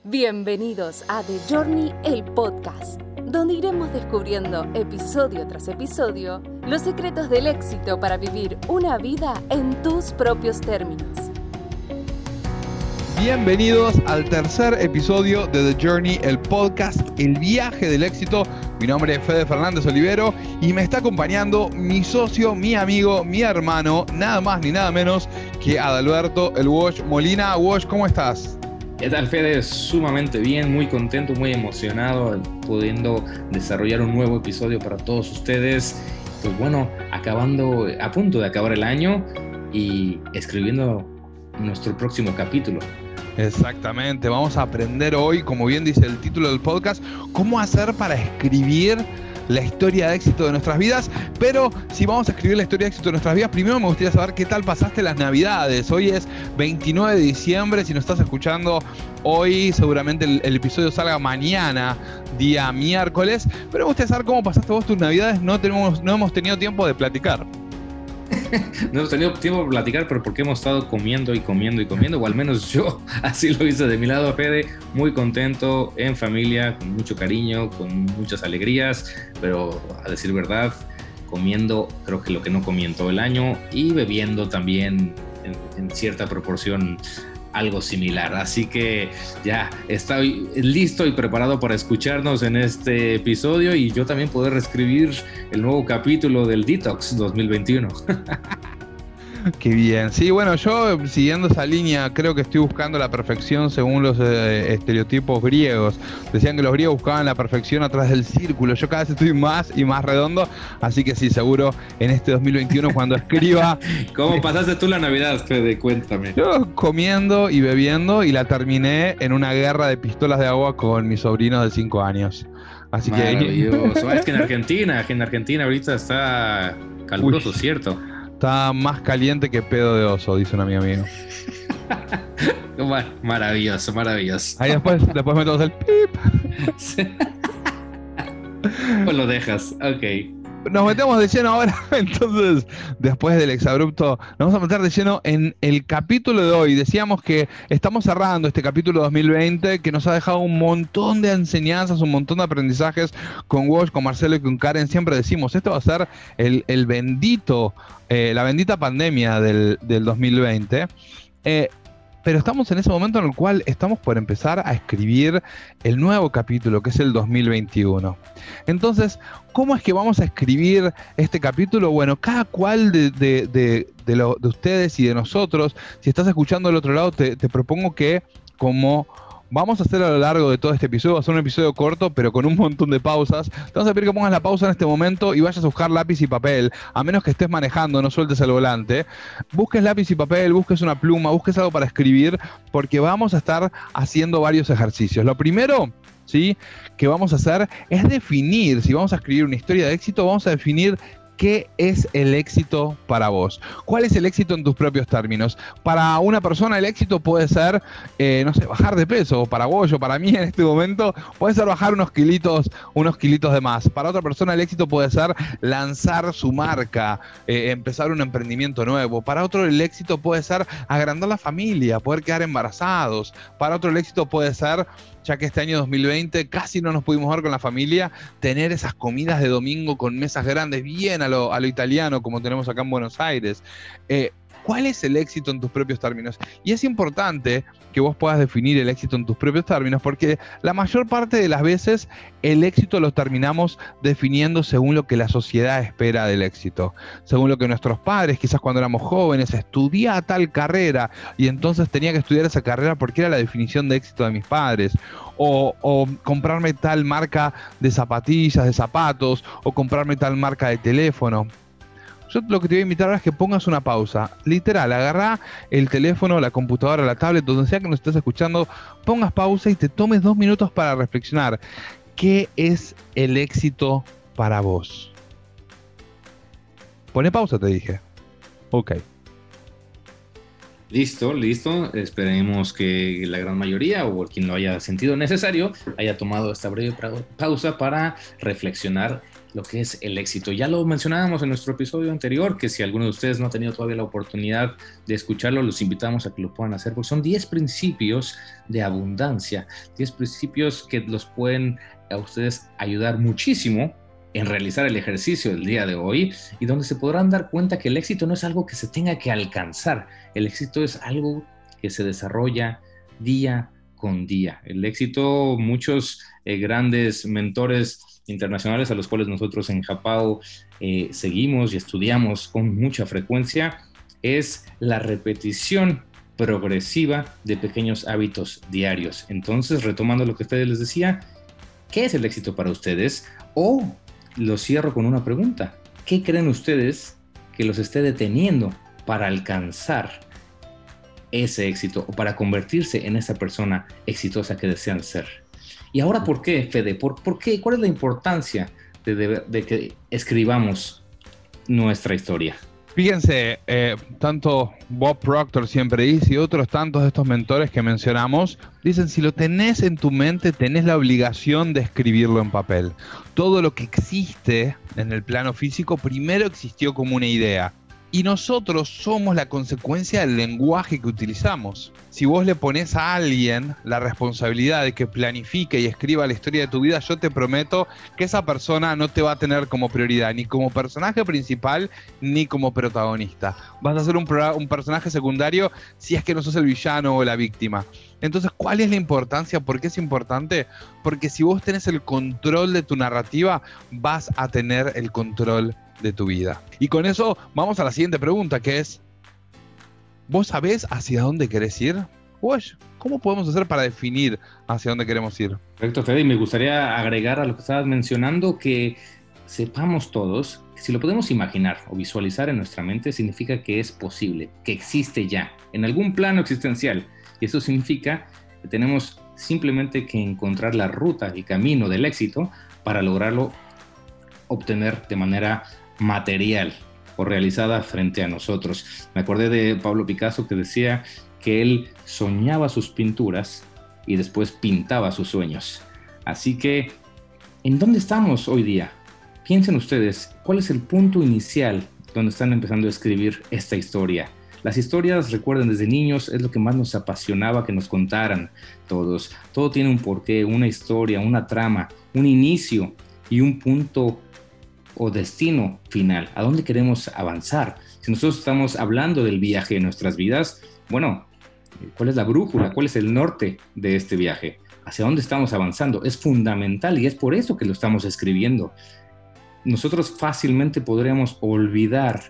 Bienvenidos a The Journey, el podcast, donde iremos descubriendo episodio tras episodio los secretos del éxito para vivir una vida en tus propios términos. Bienvenidos al tercer episodio de The Journey, el podcast, el viaje del éxito. Mi nombre es Fede Fernández Olivero y me está acompañando mi socio, mi amigo, mi hermano, nada más ni nada menos que Adalberto el Wash Molina. Wash, ¿cómo estás? ¿Qué tal, Fede? Sumamente bien, muy contento, muy emocionado pudiendo desarrollar un nuevo episodio para todos ustedes. Pues bueno, a punto de acabar el año y escribiendo nuestro próximo capítulo. Exactamente, vamos a aprender hoy, como bien dice el título del podcast, cómo hacer para escribir la historia de éxito de nuestras vidas. Pero si vamos a escribir la historia de éxito de nuestras vidas, primero me gustaría saber qué tal pasaste las Navidades. Hoy es 29 de diciembre, si nos estás escuchando hoy, seguramente el episodio salga mañana, día miércoles, pero me gustaría saber cómo pasaste vos tus Navidades. No hemos tenido tiempo de platicar. No hemos tenido tiempo de platicar, pero porque hemos estado comiendo, o al menos yo así lo hice de mi lado, Fede, muy contento, en familia, con mucho cariño, con muchas alegrías, pero a decir verdad, comiendo creo que lo que no comí en todo el año y bebiendo también en cierta proporción algo similar, así que ya estoy listo y preparado para escucharnos en este episodio y yo también poder reescribir el nuevo capítulo del Detox 2021. Qué bien. Sí, bueno, yo siguiendo esa línea creo que estoy buscando la perfección según los estereotipos griegos. Decían que los griegos buscaban la perfección atrás del círculo. Yo cada vez estoy más y más redondo, así que sí, seguro en este 2021 cuando escriba... ¿Cómo pasaste tú la Navidad, Fede? Cuéntame. Yo comiendo y bebiendo y la terminé en una guerra de pistolas de agua con mi sobrino de 5 años. Así maravilloso. Es que en Argentina ahorita está caluroso, ¿cierto? Está más caliente que pedo de oso, dice un amigo mío. Bueno, maravilloso. Ahí después metemos el pip. Sí. Pues lo dejas, ok. Nos metemos de lleno ahora, entonces, después del exabrupto, nos vamos a meter de lleno en el capítulo de hoy. Decíamos que estamos cerrando este capítulo 2020, que nos ha dejado un montón de enseñanzas, un montón de aprendizajes con Wash, con Marcelo y con Karen. Siempre decimos, esto va a ser el bendito, la bendita pandemia del 2020. Pero estamos en ese momento en el cual estamos por empezar a escribir el nuevo capítulo, que es el 2021. Entonces, ¿cómo es que vamos a escribir este capítulo? Bueno, cada cual de ustedes y de nosotros, si estás escuchando del otro lado, te propongo que, como vamos a hacer a lo largo de todo este episodio, va a ser un episodio corto, pero con un montón de pausas. Te vamos a pedir que pongas la pausa en este momento y vayas a buscar lápiz y papel, a menos que estés manejando, no sueltes el volante. Busques lápiz y papel, busques una pluma, busques algo para escribir, porque vamos a estar haciendo varios ejercicios. Lo primero, ¿sí?, que vamos a hacer es definir, si vamos a escribir una historia de éxito, vamos a definir ¿qué es el éxito para vos? ¿Cuál es el éxito en tus propios términos? Para una persona el éxito puede ser, bajar de peso. Para vos o para mí en este momento puede ser bajar unos kilitos de más. Para otra persona el éxito puede ser lanzar su marca, empezar un emprendimiento nuevo. Para otro el éxito puede ser agrandar la familia, poder quedar embarazados. Para otro el éxito puede ser, ya que este año 2020 casi no nos pudimos ver con la familia, tener esas comidas de domingo con mesas grandes, bien a lo italiano, como tenemos acá en Buenos Aires. ¿Cuál es el éxito en tus propios términos? Y es importante que vos puedas definir el éxito en tus propios términos, porque la mayor parte de las veces el éxito lo terminamos definiendo según lo que la sociedad espera del éxito, según lo que nuestros padres, quizás cuando éramos jóvenes, estudia tal carrera y entonces tenía que estudiar esa carrera porque era la definición de éxito de mis padres, o comprarme tal marca de zapatillas, de zapatos, o comprarme tal marca de teléfono. Yo lo que te voy a invitar ahora es que pongas una pausa. Literal, agarrá el teléfono, la computadora, la tablet, donde sea que nos estés escuchando, pongas pausa y te tomes 2 minutos para reflexionar. ¿Qué es el éxito para vos? Poné pausa, te dije. Ok. Listo. Esperemos que la gran mayoría o quien lo haya sentido necesario haya tomado esta breve pausa para reflexionar lo que es el éxito. Ya lo mencionábamos en nuestro episodio anterior, que si alguno de ustedes no ha tenido todavía la oportunidad de escucharlo, los invitamos a que lo puedan hacer, porque son 10 principios de abundancia, 10 principios que los pueden a ustedes ayudar muchísimo en realizar el ejercicio del día de hoy, y donde se podrán dar cuenta que el éxito no es algo que se tenga que alcanzar, el éxito es algo que se desarrolla día con día. El éxito, muchos grandes mentores internacionales a los cuales nosotros en Japao seguimos y estudiamos con mucha frecuencia, es la repetición progresiva de pequeños hábitos diarios. Entonces, retomando lo que ustedes les decía, ¿qué es el éxito para ustedes? O lo cierro con una pregunta: ¿qué creen ustedes que los esté deteniendo para alcanzar ese éxito o para convertirse en esa persona exitosa que desean ser? Y ahora, ¿por qué, Fede? ¿Por qué? ¿Cuál es la importancia de que escribamos nuestra historia? Fíjense, tanto Bob Proctor siempre dice y otros tantos de estos mentores que mencionamos, dicen, si lo tenés en tu mente, tenés la obligación de escribirlo en papel. Todo lo que existe en el plano físico primero existió como una idea. Y nosotros somos la consecuencia del lenguaje que utilizamos. Si vos le pones a alguien la responsabilidad de que planifique y escriba la historia de tu vida, yo te prometo que esa persona no te va a tener como prioridad, ni como personaje principal, ni como protagonista. Vas a ser un personaje secundario si es que no sos el villano o la víctima. Entonces, ¿cuál es la importancia? ¿Por qué es importante? Porque si vos tenés el control de tu narrativa, vas a tener el control de tu vida. Y con eso vamos a la siguiente pregunta, que es: ¿vos sabés hacia dónde querés ir? Pues, ¿cómo podemos hacer para definir hacia dónde queremos ir? Perfecto, Fede, y me gustaría agregar a lo que estabas mencionando que sepamos todos que si lo podemos imaginar o visualizar en nuestra mente, significa que es posible, que existe ya, en algún plano existencial. Y eso significa que tenemos simplemente que encontrar la ruta y camino del éxito para lograrlo obtener de manera material o realizada frente a nosotros. Me acordé de Pablo Picasso, que decía que él soñaba sus pinturas y después pintaba sus sueños. Así que, ¿en dónde estamos hoy día? Piensen ustedes, ¿cuál es el punto inicial donde están empezando a escribir esta historia? Las historias, recuerden, desde niños es lo que más nos apasionaba que nos contaran todos. Todo tiene un porqué, una historia, una trama, un inicio y un punto o destino final. ¿A dónde queremos avanzar? Si nosotros estamos hablando del viaje de nuestras vidas, bueno, ¿cuál es la brújula? ¿Cuál es el norte de este viaje? ¿Hacia dónde estamos avanzando? Es fundamental y es por eso que lo estamos escribiendo. Nosotros fácilmente podríamos olvidar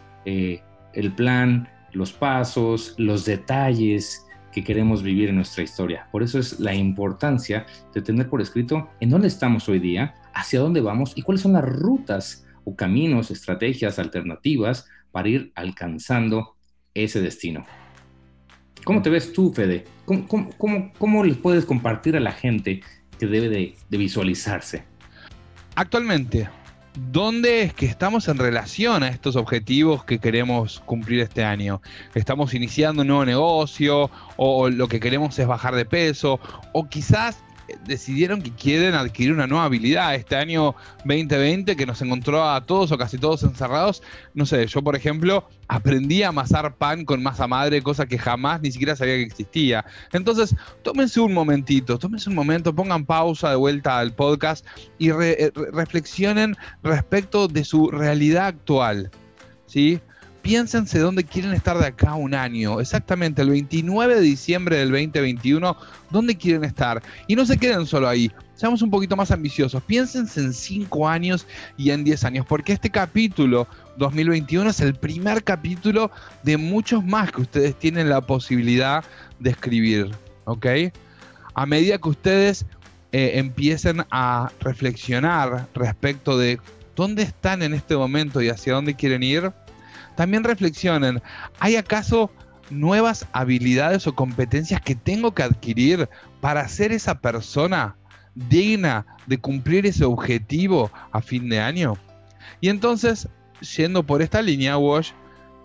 el plan, los pasos, los detalles que queremos vivir en nuestra historia. Por eso es la importancia de tener por escrito en dónde estamos hoy día, hacia dónde vamos y cuáles son las rutas o caminos, estrategias, alternativas para ir alcanzando ese destino. ¿Cómo te ves tú, Fede? ¿Cómo les puedes compartir a la gente que debe de visualizarse? Actualmente, ¿dónde es que estamos en relación a estos objetivos que queremos cumplir este año? ¿Estamos iniciando un nuevo negocio? ¿O lo que queremos es bajar de peso? ¿O quizás decidieron que quieren adquirir una nueva habilidad este año 2020 que nos encontró a todos o casi todos encerrados? No sé, yo por ejemplo aprendí a amasar pan con masa madre, cosa que jamás ni siquiera sabía que existía. Entonces, tómense un momentito, pongan pausa de vuelta al podcast y reflexionen respecto de su realidad actual, ¿sí? Piénsense dónde quieren estar de acá a un año, exactamente el 29 de diciembre del 2021, dónde quieren estar. Y no se queden solo ahí, seamos un poquito más ambiciosos, piénsense en 5 años y en 10 años, porque este capítulo 2021 es el primer capítulo de muchos más que ustedes tienen la posibilidad de escribir, ¿ok? A medida que ustedes empiecen a reflexionar respecto de dónde están en este momento y hacia dónde quieren ir, también reflexionen, ¿hay acaso nuevas habilidades o competencias que tengo que adquirir para ser esa persona digna de cumplir ese objetivo a fin de año? Y entonces, yendo por esta línea, Wash,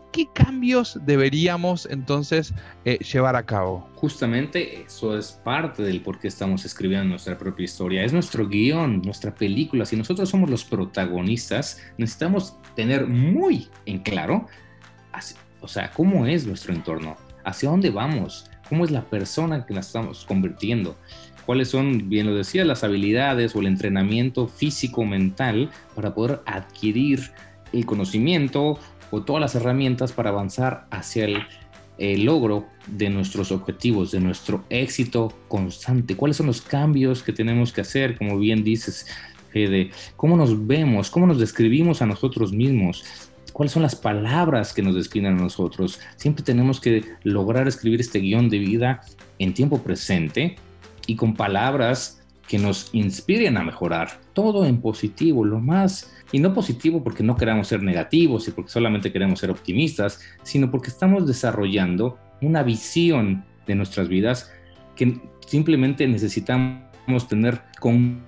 ¿qué cambios deberíamos entonces llevar a cabo? Justamente eso es parte del por qué estamos escribiendo nuestra propia historia. Es nuestro guión, nuestra película. Si nosotros somos los protagonistas, necesitamos tener muy en claro, cómo es nuestro entorno, hacia dónde vamos, cómo es la persona que nos estamos convirtiendo, cuáles son, bien lo decía, las habilidades o el entrenamiento físico-mental para poder adquirir el conocimiento o todas las herramientas para avanzar hacia el logro de nuestros objetivos, de nuestro éxito constante. ¿Cuáles son los cambios que tenemos que hacer? Como bien dices, Fede, ¿cómo nos vemos? ¿Cómo nos describimos a nosotros mismos? ¿Cuáles son las palabras que nos describen a nosotros? Siempre tenemos que lograr escribir este guión de vida en tiempo presente y con palabras que nos inspiren a mejorar. Todo en positivo, y no positivo porque no queramos ser negativos y porque solamente queremos ser optimistas, sino porque estamos desarrollando una visión de nuestras vidas que simplemente necesitamos tener con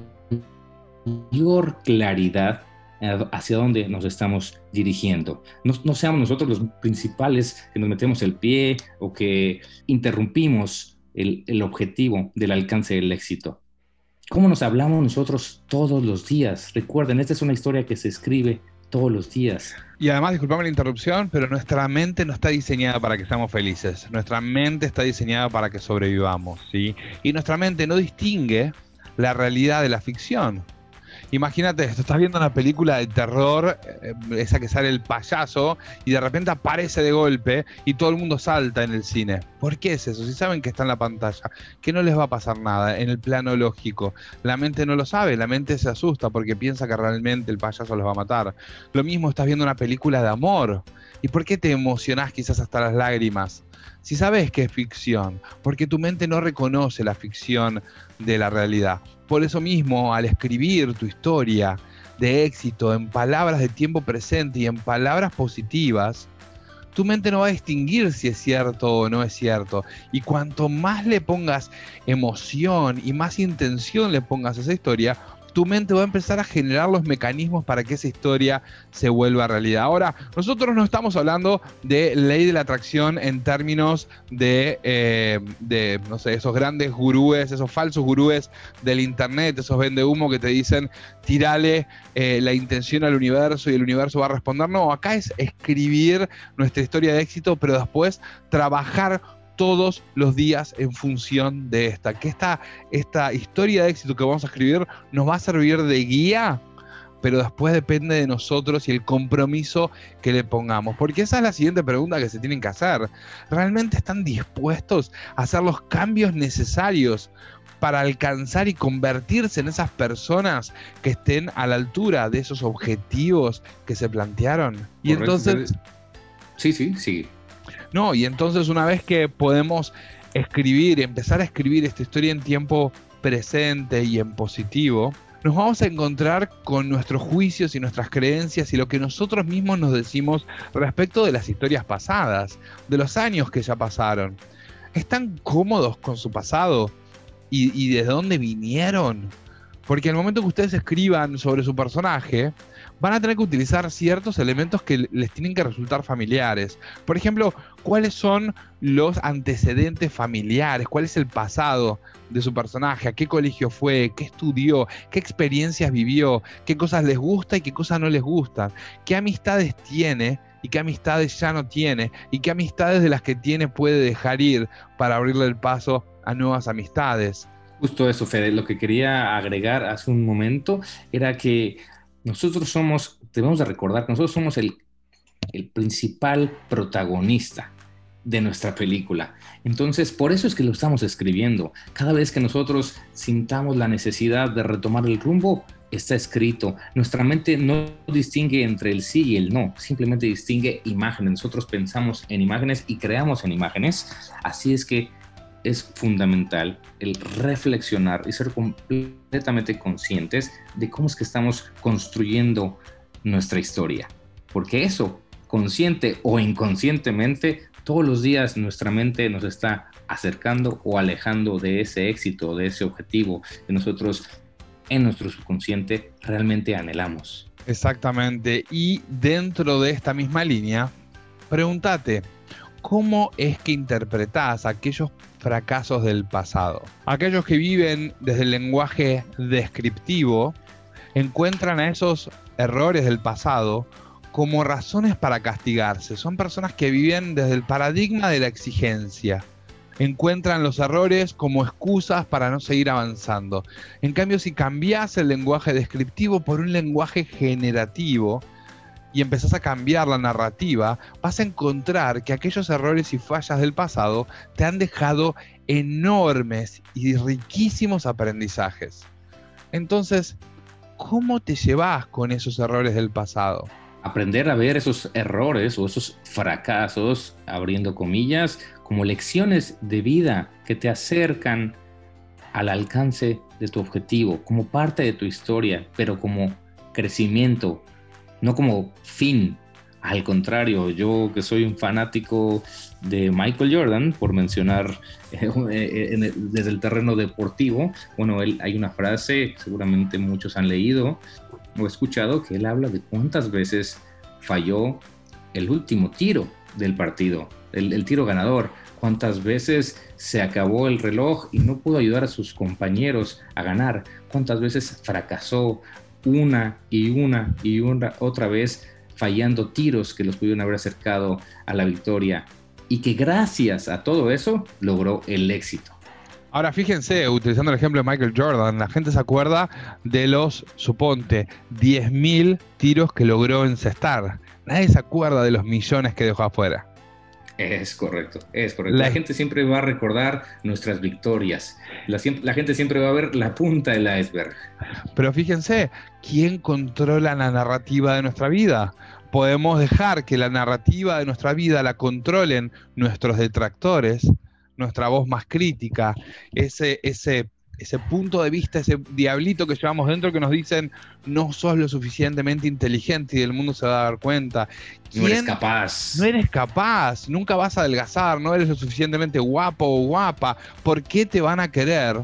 mayor claridad hacia dónde nos estamos dirigiendo. No seamos nosotros los principales que nos metemos el pie o que interrumpimos el objetivo del alcance del éxito. ¿Cómo nos hablamos nosotros todos los días? Recuerden, esta es una historia que se escribe todos los días. Y además, disculpame la interrupción, pero nuestra mente no está diseñada para que seamos felices. Nuestra mente está diseñada para que sobrevivamos, ¿sí? Y nuestra mente no distingue la realidad de la ficción. Imagínate esto, estás viendo una película de terror, esa que sale el payaso, y de repente aparece de golpe y todo el mundo salta en el cine. ¿Por qué es eso? Si saben que está en la pantalla, que no les va a pasar nada en el plano lógico. La mente no lo sabe, la mente se asusta porque piensa que realmente el payaso los va a matar. Lo mismo, estás viendo una película de amor. ¿Y por qué te emocionás quizás hasta las lágrimas? Si sabes que es ficción, porque tu mente no reconoce la ficción de la realidad. Por eso mismo, al escribir tu historia de éxito en palabras de tiempo presente y en palabras positivas, tu mente no va a distinguir si es cierto o no es cierto. Y cuanto más le pongas emoción y más intención le pongas a esa historia, tu mente va a empezar a generar los mecanismos para que esa historia se vuelva realidad. Ahora, nosotros no estamos hablando de ley de la atracción en términos de no sé, esos grandes gurúes, esos falsos gurúes del internet, esos vendehumo que te dicen, tirale la intención al universo y el universo va a responder. No, acá es escribir nuestra historia de éxito, pero después trabajar todos los días en función de esta. Que esta historia de éxito que vamos a escribir nos va a servir de guía, pero después depende de nosotros y el compromiso que le pongamos. Porque esa es la siguiente pregunta que se tienen que hacer. ¿Realmente están dispuestos a hacer los cambios necesarios para alcanzar y convertirse en esas personas que estén a la altura de esos objetivos que se plantearon? Y correcto. Entonces... Sí. No, y entonces una vez que podemos empezar a escribir esta historia en tiempo presente y en positivo, nos vamos a encontrar con nuestros juicios y nuestras creencias y lo que nosotros mismos nos decimos respecto de las historias pasadas, de los años que ya pasaron. ¿Están cómodos con su pasado? ¿Y de dónde vinieron? Porque al momento que ustedes escriban sobre su personaje, van a tener que utilizar ciertos elementos que les tienen que resultar familiares. Por ejemplo, ¿cuáles son los antecedentes familiares? ¿Cuál es el pasado de su personaje? ¿A qué colegio fue? ¿Qué estudió? ¿Qué experiencias vivió? ¿Qué cosas les gusta y qué cosas no les gustan? ¿Qué amistades tiene y qué amistades ya no tiene? ¿Y qué amistades de las que tiene puede dejar ir para abrirle el paso a nuevas amistades? Justo eso, Fede. Lo que quería agregar hace un momento era que debemos de recordar que nosotros somos el principal protagonista de nuestra película. Entonces, por eso es que lo estamos escribiendo. Cada vez que nosotros sintamos la necesidad de retomar el rumbo, está escrito. Nuestra mente no distingue entre el sí y el no, simplemente distingue imágenes. Nosotros pensamos en imágenes y creamos en imágenes. Así es que es fundamental el reflexionar y ser completamente conscientes de cómo es que estamos construyendo nuestra historia. Porque eso, consciente o inconscientemente, todos los días nuestra mente nos está acercando o alejando de ese éxito, de ese objetivo que nosotros en nuestro subconsciente realmente anhelamos. Exactamente. Y dentro de esta misma línea, Pregúntate, ¿cómo es que interpretás aquellos fracasos del pasado? Aquellos que viven desde el lenguaje descriptivo encuentran a esos errores del pasado como razones para castigarse. Son personas que viven desde el paradigma de la exigencia. Encuentran los errores como excusas para no seguir avanzando. En cambio, si cambiás el lenguaje descriptivo por un lenguaje generativo y empezás a cambiar la narrativa, vas a encontrar que aquellos errores y fallas del pasado te han dejado enormes y riquísimos aprendizajes. Entonces, ¿cómo te llevas con esos errores del pasado? Aprender a ver esos errores o esos fracasos, abriendo comillas, como lecciones de vida que te acercan al alcance de tu objetivo, como parte de tu historia, pero como crecimiento, no como fin. Al contrario, yo que soy un fanático de Michael Jordan, por mencionar desde el terreno deportivo, bueno, hay una frase, seguramente muchos han leído o escuchado, que él habla de cuántas veces falló el último tiro del partido, el tiro ganador, cuántas veces se acabó el reloj y no pudo ayudar a sus compañeros a ganar, cuántas veces fracasó una otra vez, fallando tiros que los pudieron haber acercado a la victoria, y que gracias a todo eso logró el éxito. Ahora fíjense, utilizando el ejemplo de Michael Jordan, la gente se acuerda de los, suponte, 10.000 tiros que logró encestar. Nadie se acuerda de los millones que dejó afuera. Es correcto. La gente siempre va a recordar nuestras victorias. La gente siempre va a ver la punta del iceberg. Pero fíjense, ¿quién controla la narrativa de nuestra vida? Podemos dejar que la narrativa de nuestra vida la controlen nuestros detractores, nuestra voz más crítica, ese punto de vista, ese diablito que llevamos dentro que nos dicen no sos lo suficientemente inteligente y el mundo se va a dar cuenta. No eres capaz. No eres capaz, nunca vas a adelgazar, no eres lo suficientemente guapo o guapa. ¿Por qué te van a querer?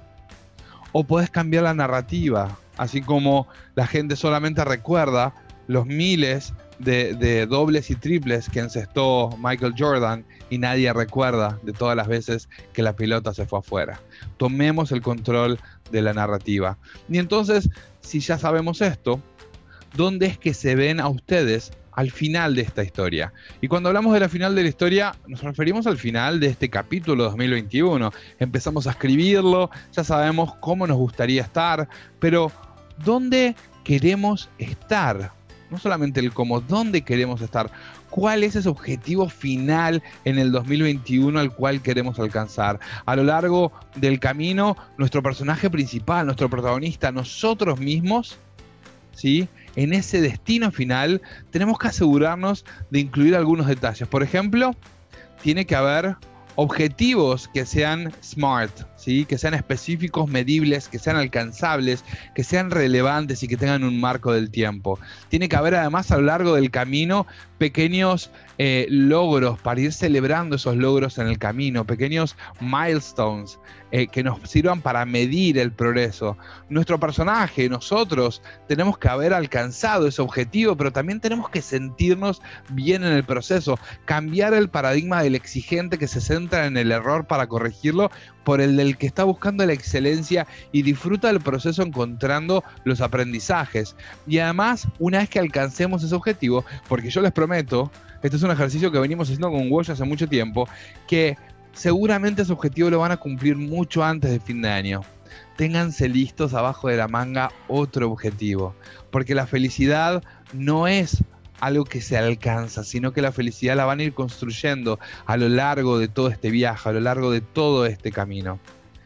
O podés cambiar la narrativa, así como la gente solamente recuerda los miles de dobles y triples que encestó Michael Jordan y nadie recuerda de todas las veces que la pelota se fue afuera. Tomemos el control de la narrativa. Y entonces, si ya sabemos esto, ¿dónde es que se ven a ustedes al final de esta historia? Y cuando hablamos de la final de la historia, nos referimos al final de este capítulo 2021. Empezamos a escribirlo, ya sabemos cómo nos gustaría estar, pero ¿dónde queremos estar? No solamente el cómo, ¿dónde queremos estar? ¿Cuál es ese objetivo final en el 2021 al cual queremos alcanzar? A lo largo del camino, nuestro personaje principal, nuestro protagonista, nosotros mismos, ¿sí? En ese destino final, tenemos que asegurarnos de incluir algunos detalles. Por ejemplo, tiene que haber objetivos que sean SMART, ¿sí? Que sean específicos, medibles, que sean alcanzables, que sean relevantes y que tengan un marco del tiempo. Tiene que haber además a lo largo del camino pequeños logros para ir celebrando esos logros en el camino, pequeños milestones que nos sirvan para medir el progreso. Nuestro personaje, nosotros, tenemos que haber alcanzado ese objetivo, pero también tenemos que sentirnos bien en el proceso, cambiar el paradigma del exigente que se centra en el error para corregirlo por el del que está buscando la excelencia y disfruta del proceso encontrando los aprendizajes. Y además, una vez que alcancemos ese objetivo, porque yo les prometo, este es un ejercicio que venimos haciendo con Wosh hace mucho tiempo, que seguramente ese objetivo lo van a cumplir mucho antes de fin de año. Ténganse listos abajo de la manga otro objetivo, porque la felicidad no es algo que se alcanza, sino que la felicidad la van a ir construyendo a lo largo de todo este viaje, a lo largo de todo este camino.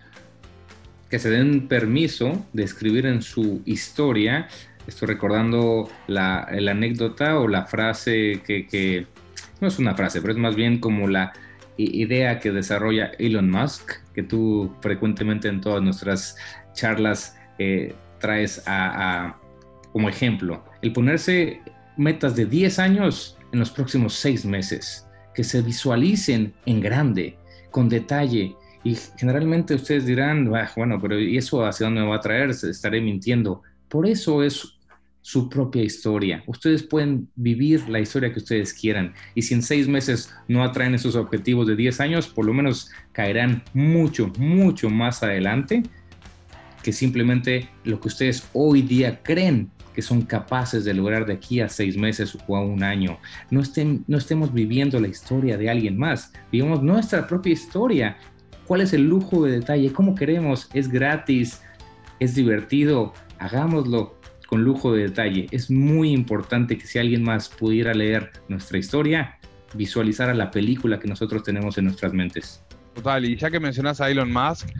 Que se den permiso de escribir en su historia. Estoy recordando la anécdota o la frase que no es una frase, pero es más bien como la idea que desarrolla Elon Musk, que tú frecuentemente en todas nuestras charlas traes como ejemplo. El ponerse metas de 10 años en los próximos 6 meses, que se visualicen en grande, con detalle. Y generalmente ustedes dirán, bueno, pero ¿y eso hacia dónde me va a traer? Estaré mintiendo. Por eso es su propia historia. Ustedes pueden vivir la historia que ustedes quieran. Y si en 6 meses no atraen esos objetivos de 10 años, por lo menos caerán mucho, mucho más adelante que simplemente lo que ustedes hoy día creen que son capaces de lograr de aquí a 6 meses o a 1 año. No estemos viviendo la historia de alguien más. Vivamos nuestra propia historia. ¿Cuál es el lujo de detalle? ¿Cómo queremos? ¿Es gratis? ¿Es divertido? Hagámoslo con lujo de detalle. Es muy importante que si alguien más pudiera leer nuestra historia, visualizara la película que nosotros tenemos en nuestras mentes. Total, y ya que mencionas a Elon Musk,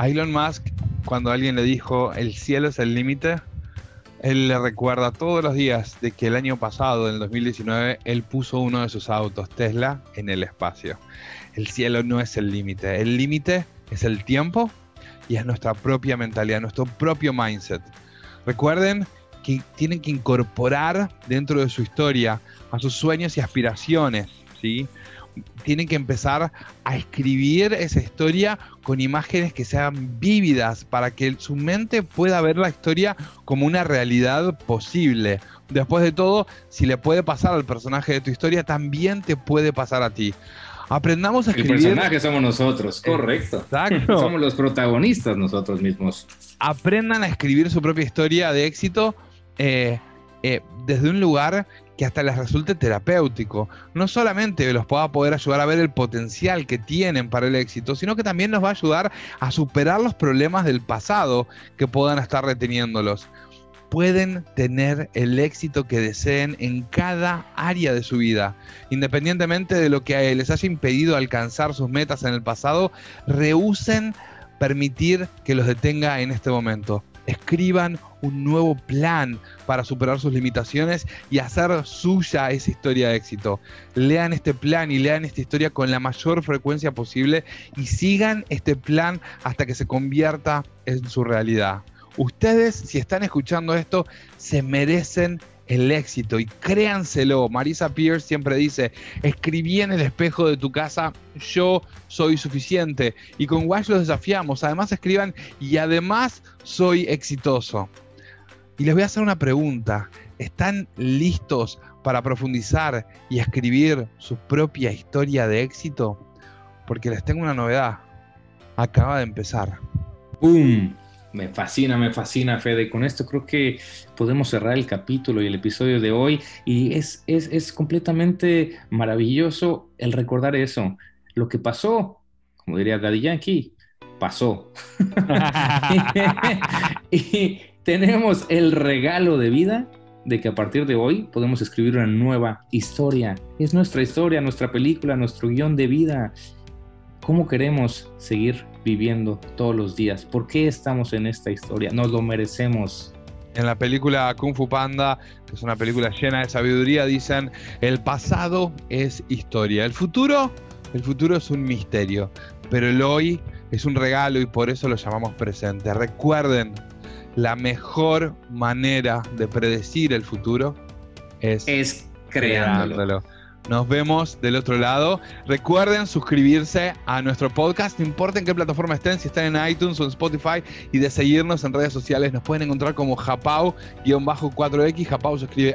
cuando alguien le dijo el cielo es el límite, él le recuerda todos los días de que el año pasado, en el 2019, él puso uno de sus autos Tesla en el espacio. El cielo no es el límite es el tiempo y es nuestra propia mentalidad, nuestro propio mindset. Recuerden que tienen que incorporar dentro de su historia a sus sueños y aspiraciones, ¿sí? Tienen que empezar a escribir esa historia con imágenes que sean vívidas para que su mente pueda ver la historia como una realidad posible. Después de todo, si le puede pasar al personaje de tu historia, también te puede pasar a ti. Aprendamos a escribir. El personaje somos nosotros, correcto. Exacto. Somos los protagonistas nosotros mismos. Aprendan a escribir su propia historia de éxito desde un lugar que hasta les resulte terapéutico. No solamente los pueda poder ayudar a ver el potencial que tienen para el éxito, sino que también nos va a ayudar a superar los problemas del pasado que puedan estar reteniéndolos. Pueden tener el éxito que deseen en cada área de su vida. Independientemente de lo que les haya impedido alcanzar sus metas en el pasado, rehúsen permitir que los detenga en este momento. Escriban un nuevo plan para superar sus limitaciones y hacer suya esa historia de éxito. Lean este plan y lean esta historia con la mayor frecuencia posible y sigan este plan hasta que se convierta en su realidad. Ustedes, si están escuchando esto, se merecen el éxito y créanselo. Marisa Peer siempre dice: escribí en el espejo de tu casa, yo soy suficiente. Y con Wash los desafiamos. Además escriban: y además soy exitoso. Y les voy a hacer una pregunta. ¿Están listos para profundizar y escribir su propia historia de éxito? Porque les tengo una novedad. Acaba de empezar. ¡Boom! Me fascina, Fede. Con esto creo que podemos cerrar el capítulo y el episodio de hoy. Y es completamente maravilloso el recordar eso. Lo que pasó, como diría Daddy Yankee, pasó. Y tenemos el regalo de vida de que a partir de hoy podemos escribir una nueva historia. Es nuestra historia, nuestra película, nuestro guión de vida. ¿Cómo queremos seguir viviendo todos los días? ¿Por qué estamos en esta historia? Nos lo merecemos. En la película Kung Fu Panda, que es una película llena de sabiduría, dicen: el pasado es historia. El futuro es un misterio, pero el hoy es un regalo y por eso lo llamamos presente. Recuerden, la mejor manera de predecir el futuro es creándolo. Nos vemos del otro lado. Recuerden suscribirse a nuestro podcast, no importa en qué plataforma estén, si están en iTunes o en Spotify, y de seguirnos en redes sociales. Nos pueden encontrar como Happau-4X. Happau se escribe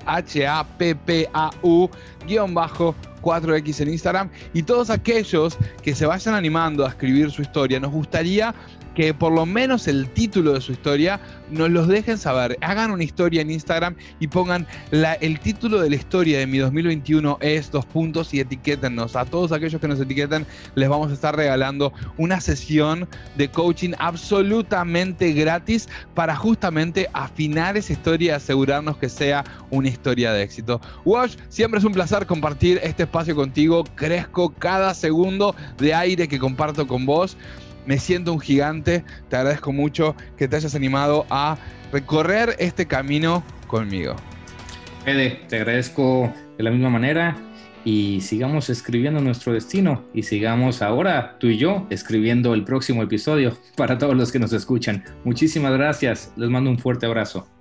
Happau-4X en Instagram. Y todos aquellos que se vayan animando a escribir su historia, nos gustaría que por lo menos el título de su historia nos los dejen saber. Hagan una historia en Instagram y pongan el título de la historia de mi 2021 es ... y etiquétennos. A todos aquellos que nos etiqueten les vamos a estar regalando una sesión de coaching absolutamente gratis para justamente afinar esa historia y asegurarnos que sea una historia de éxito. Wash, siempre es un placer compartir este espacio contigo. Crezco cada segundo de aire que comparto con vos. Me siento un gigante. Te agradezco mucho que te hayas animado a recorrer este camino conmigo. Fede, te agradezco de la misma manera y sigamos escribiendo nuestro destino y sigamos ahora tú y yo escribiendo el próximo episodio para todos los que nos escuchan. Muchísimas gracias. Les mando un fuerte abrazo.